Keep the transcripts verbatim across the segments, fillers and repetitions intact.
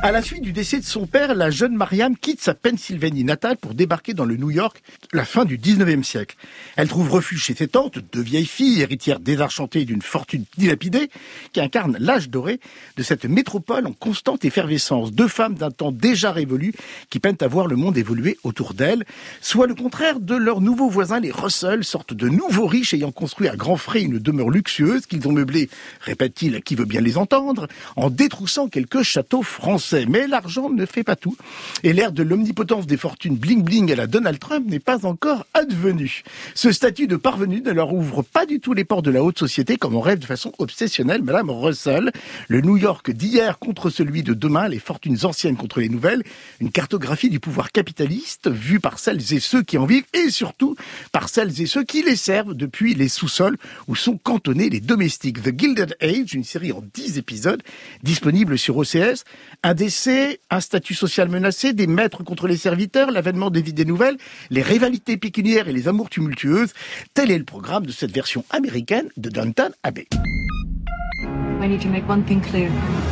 À la suite du décès de son père, la jeune Mariam quitte sa Pennsylvanie natale pour débarquer dans le New York à la fin du dix-neuvième siècle. Elle trouve refuge chez ses tantes, deux vieilles filles, héritières désargentées d'une fortune dilapidée, qui incarnent l'âge doré de cette métropole en constante effervescence. Deux femmes d'un temps déjà révolu qui peinent à voir le monde évoluer autour d'elles, soit le contraire de leurs nouveaux voisins, les Russell, sorte de nouveaux riches ayant construit à grands frais une demeure luxueuse qu'ils ont meublée, répète-t-il, qui veut bien les entendre, en détroussant quelques châteaux français. Mais l'argent ne fait pas tout. Et l'ère de l'omnipotence des fortunes bling-bling à la Donald Trump n'est pas encore advenue. Ce statut de parvenu ne leur ouvre pas du tout les portes de la haute société comme on rêve de façon obsessionnelle Madame Russell. Le New York d'hier contre celui de demain, les fortunes anciennes contre les nouvelles, une cartographie du pouvoir capitaliste vue par celles et ceux qui en vivent et surtout par celles et ceux qui les servent depuis les sous-sols où sont cantonnés les domestiques. The Gilded Age, une série en dix épisodes, disponible sur O C S. Un décès, un statut social menacé, des maîtres contre les serviteurs, l'avènement des vies des nouvelles, les rivalités pécuniaires et les amours tumultueuses. Tel est le programme de cette version américaine de Downton Abbey. I need to make one thing clear.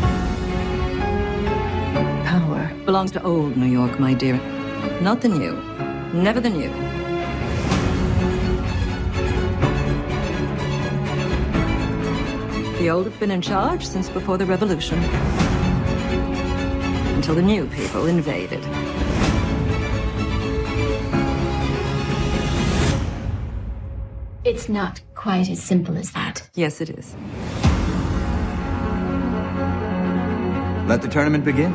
Power belongs to old New York, my dear. Not the new. Never the new. The old have been in charge since before the revolution. Until the new people invaded. It's not quite as simple as that. Yes, it is. Let the tournament begin.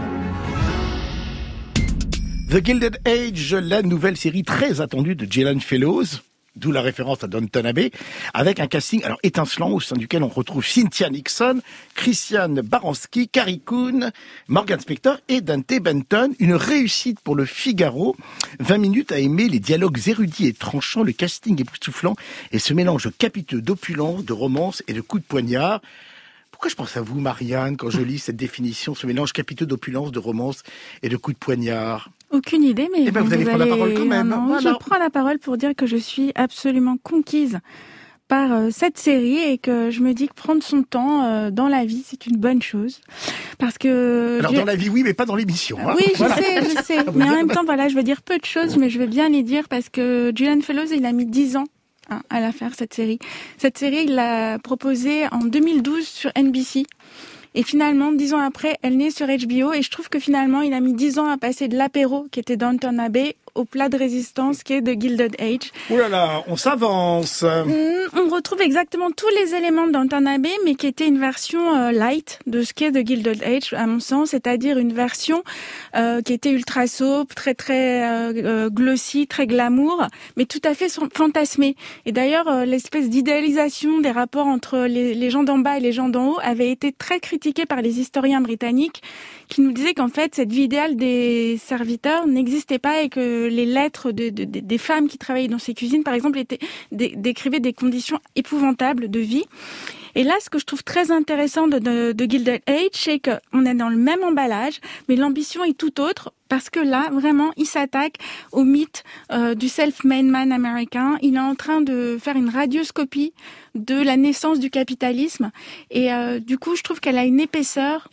The Gilded Age, la nouvelle série très attendue de Gillian Fellows, d'où la référence à Downton Abbey, avec un casting alors étincelant au sein duquel on retrouve Cynthia Nixon, Christiane Baranski, Carrie Coon, Morgan Spector et Dante Benton. Une réussite pour le Figaro. vingt minutes à aimer les dialogues érudits et tranchants, le casting époustouflant et ce mélange capiteux d'opulence, de romance et de coups de poignard. Pourquoi je pense à vous, Marianne, quand je lis cette définition, ce mélange capiteux d'opulence, de romance et de coups de poignard? Aucune idée, mais eh ben, bon, vous allez vous prendre allez... la parole quand même. Non, non, voilà. Je prends la parole pour dire que je suis absolument conquise par euh, cette série et que je me dis que prendre son temps euh, dans la vie, c'est une bonne chose. Parce que... Alors j'ai... dans la vie, oui, mais pas dans l'émission. Hein. Oui, je voilà. sais, je sais. Mais en même temps, voilà, je veux dire peu de choses, mais je vais bien les dire parce que Gillian Fellows, il a mis dix ans hein, à la faire, cette série. Cette série, il l'a proposée en deux mille douze sur N B C. Et finalement, dix ans après, elle naît sur H B O. Et je trouve que finalement, il a mis dix ans à passer de l'apéro, qui était Downton Abbey, au plat de résistance, qui est The Gilded Age. Ouh là là, on s'avance. Mmh, on retrouve exactement tous les éléments de Downton Abbey, mais qui était une version euh, light de ce qu'est The Gilded Age, à mon sens, c'est-à-dire une version euh, qui était ultra soap, très très euh, glossy, très glamour, mais tout à fait fantasmée. Et d'ailleurs, euh, l'espèce d'idéalisation des rapports entre les, les gens d'en bas et les gens d'en haut avait été très critiquée par les historiens britanniques, qui nous disaient qu'en fait, cette vie idéale des serviteurs n'existait pas et que les lettres de, de, de, des femmes qui travaillaient dans ces cuisines, par exemple, étaient, dé, décrivaient des conditions épouvantables de vie. Et là, ce que je trouve très intéressant de, de, de Gilded Age, c'est qu'on est dans le même emballage, mais l'ambition est tout autre, parce que là, vraiment, il s'attaque au mythe euh, du self-made man américain. Il est en train de faire une radioscopie de la naissance du capitalisme. Et euh, du coup, je trouve qu'elle a une épaisseur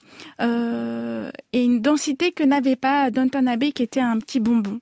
euh, et une densité que n'avait pas Downton Abbey, qui était un petit bonbon,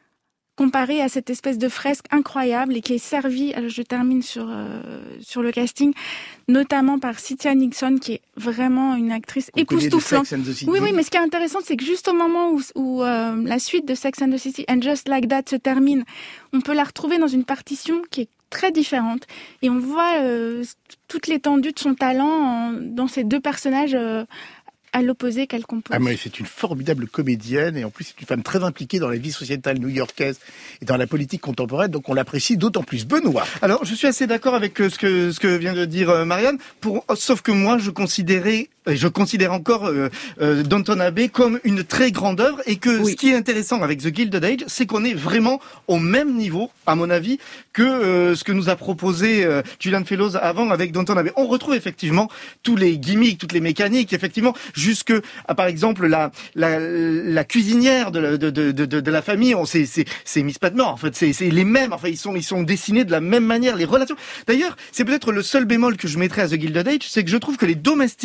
comparé à cette espèce de fresque incroyable et qui est servie, alors je termine sur euh, sur le casting, notamment par Cynthia Nixon, qui est vraiment une actrice On époustouflante. Sex and the City. Oui, oui, mais ce qui est intéressant, c'est que juste au moment où, où euh, la suite de Sex and the City and Just Like That se termine, on peut la retrouver dans une partition qui est très différente et on voit euh, toute l'étendue de son talent en, dans ces deux personnages euh, à l'opposé qu'elle compose. Ah, mais c'est une formidable comédienne et en plus c'est une femme très impliquée dans la vie sociétale new-yorkaise et dans la politique contemporaine, donc on l'apprécie d'autant plus. Benoît. Alors je suis assez d'accord avec ce que ce que vient de dire euh, Marianne, pour sauf que moi je considérais et je considère encore euh, euh, Downton Abbey comme une très grande œuvre et que oui. Ce qui est intéressant avec The Gilded Age, c'est qu'on est vraiment au même niveau, à mon avis, que euh, ce que nous a proposé euh, Gillian Fellows avant avec Downton Abbey. On retrouve effectivement tous les gimmicks, toutes les mécaniques, effectivement, jusque à, par exemple la la, la cuisinière de la, de, de, de, de la famille, on c'est c'est c'est Miss Patmore. En fait, c'est c'est les mêmes. Enfin, ils sont ils sont dessinés de la même manière. Les relations. D'ailleurs, c'est peut-être le seul bémol que je mettrais à The Gilded Age, c'est que je trouve que les domestiques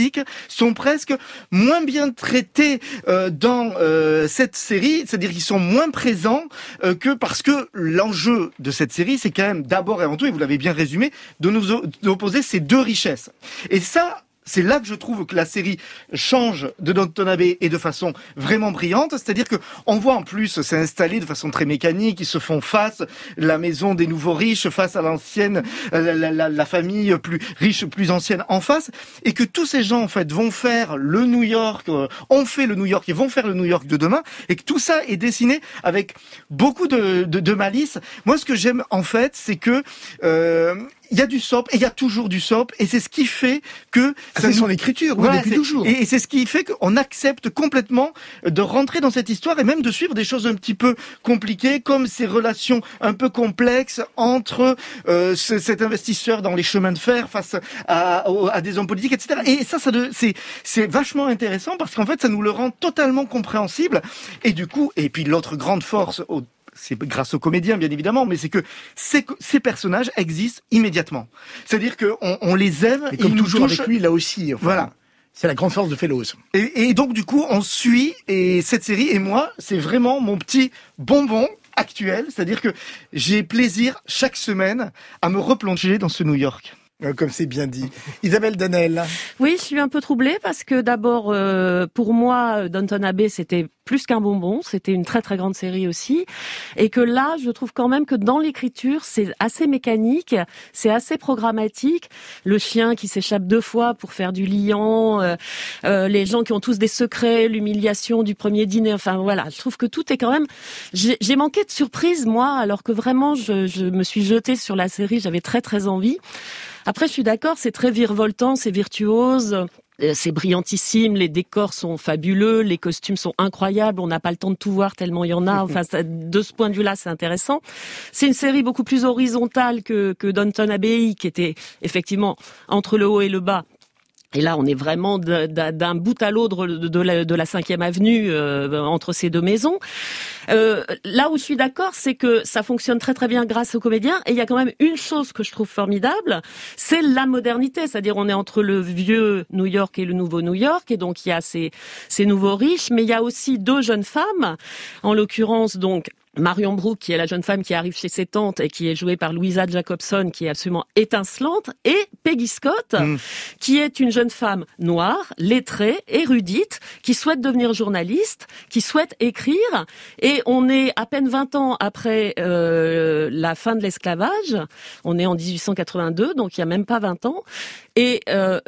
sont presque moins bien traités euh, dans euh, cette série, c'est-à-dire qu'ils sont moins présents euh, que parce que l'enjeu de cette série, c'est quand même d'abord et avant tout, et vous l'avez bien résumé, de nous opposer ces deux richesses. Et ça, c'est là que je trouve que la série change de Downton Abbey et de façon vraiment brillante. C'est-à-dire que on voit en plus s'installer de façon très mécanique. Ils se font face, la maison des nouveaux riches face à l'ancienne, la, la, la, la famille plus riche, plus ancienne en face. Et que tous ces gens, en fait, vont faire le New York, euh, ont fait le New York et vont faire le New York de demain. Et que tout ça est dessiné avec beaucoup de, de, de malice. Moi, ce que j'aime, en fait, c'est que... Euh, il y a du soap et il y a toujours du soap et c'est ce qui fait que ah, c'est nous... son écriture voilà, depuis toujours et c'est ce qui fait qu'on accepte complètement de rentrer dans cette histoire et même de suivre des choses un petit peu compliquées comme ces relations un peu complexes entre euh, ce, cet investisseur dans les chemins de fer face à, à des hommes politiques, etc. Et ça, ça de, c'est c'est vachement intéressant parce qu'en fait ça nous le rend totalement compréhensible et du coup et puis l'autre grande force au c'est grâce aux comédiens, bien évidemment, mais c'est que ces, ces personnages existent immédiatement. C'est-à-dire qu'on on les aime. Et comme et toujours nous touchent... avec lui, là aussi. Enfin, voilà. C'est la grande force de Fellows. Et, et donc, du coup, on suit, et cette série, et moi, c'est vraiment mon petit bonbon actuel. C'est-à-dire que j'ai plaisir, chaque semaine, à me replonger dans ce New York. Comme c'est bien dit. Isabelle Danel. Oui, je suis un peu troublée parce que d'abord, euh, pour moi, Downton Abbey, c'était plus qu'un bonbon. C'était une très très grande série aussi. Et que là, je trouve quand même que dans l'écriture, c'est assez mécanique, c'est assez programmatique. Le chien qui s'échappe deux fois pour faire du liant, euh, euh, les gens qui ont tous des secrets, l'humiliation du premier dîner. Enfin voilà, je trouve que tout est quand même... J'ai, j'ai manqué de surprise, moi, alors que vraiment, je, je me suis jetée sur la série. J'avais très très envie. Après, je suis d'accord, c'est très virevoltant, c'est virtuose, c'est brillantissime, les décors sont fabuleux, les costumes sont incroyables, on n'a pas le temps de tout voir tellement il y en a. Enfin, ça, de ce point de vue-là, c'est intéressant. C'est une série beaucoup plus horizontale que, que Downton Abbey, qui était effectivement entre le haut et le bas. Et là, on est vraiment d'un bout à l'autre de la, de la cinquième avenue euh, entre ces deux maisons. Euh, là où je suis d'accord, c'est que ça fonctionne très très bien grâce aux comédiens. Et il y a quand même une chose que je trouve formidable, c'est la modernité. C'est-à-dire, on est entre le vieux New York et le nouveau New York, et donc il y a ces, ces nouveaux riches, mais il y a aussi deux jeunes femmes, en l'occurrence donc Marion Brooke, qui est la jeune femme qui arrive chez ses tantes et qui est jouée par Louisa Jacobson, qui est absolument étincelante, et Peggy Scott, mmh. qui est une jeune femme noire, lettrée, érudite, qui souhaite devenir journaliste, qui souhaite écrire, et on est à peine vingt ans après euh, la fin de l'esclavage, on est en dix-huit cent quatre-vingt-deux, donc il y a même pas vingt ans, et euh,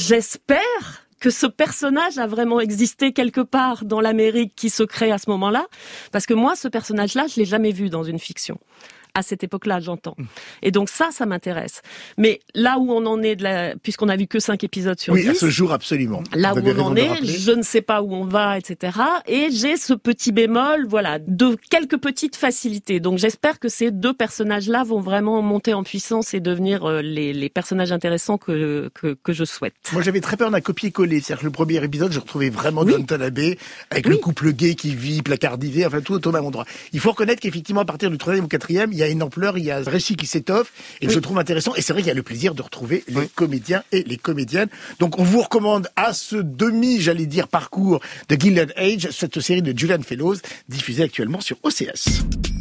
j'espère que ce personnage a vraiment existé quelque part dans l'Amérique qui se crée à ce moment-là, parce que moi, ce personnage-là, je l'ai jamais vu dans une fiction. À cette époque-là, j'entends. Et donc ça, ça m'intéresse. Mais là où on en est, de la... puisqu'on a vu que cinq épisodes sur oui, dix... Oui, à ce jour, absolument. Là où on en est, je ne sais pas où on va, et cetera. Et j'ai ce petit bémol, voilà, de quelques petites facilités. Donc j'espère que ces deux personnages-là vont vraiment monter en puissance et devenir euh, les, les personnages intéressants que, que, que je souhaite. Moi, j'avais très peur d'un copier-coller. C'est-à-dire que le premier épisode, je retrouvais vraiment oui. Downton Abbey, avec oui. le couple gay qui vit placardisé, enfin tout au même endroit. Il faut reconnaître qu'effectivement, à partir du troisième ou quatrième, il y a une ampleur, il y a un récit qui s'étoffe, et oui. je trouve intéressant. Et c'est vrai qu'il y a le plaisir de retrouver les oui. comédiens et les comédiennes. Donc, on vous recommande à ce demi, j'allais dire, parcours de Gilded Age, cette série de Julian Fellowes, diffusée actuellement sur O C S.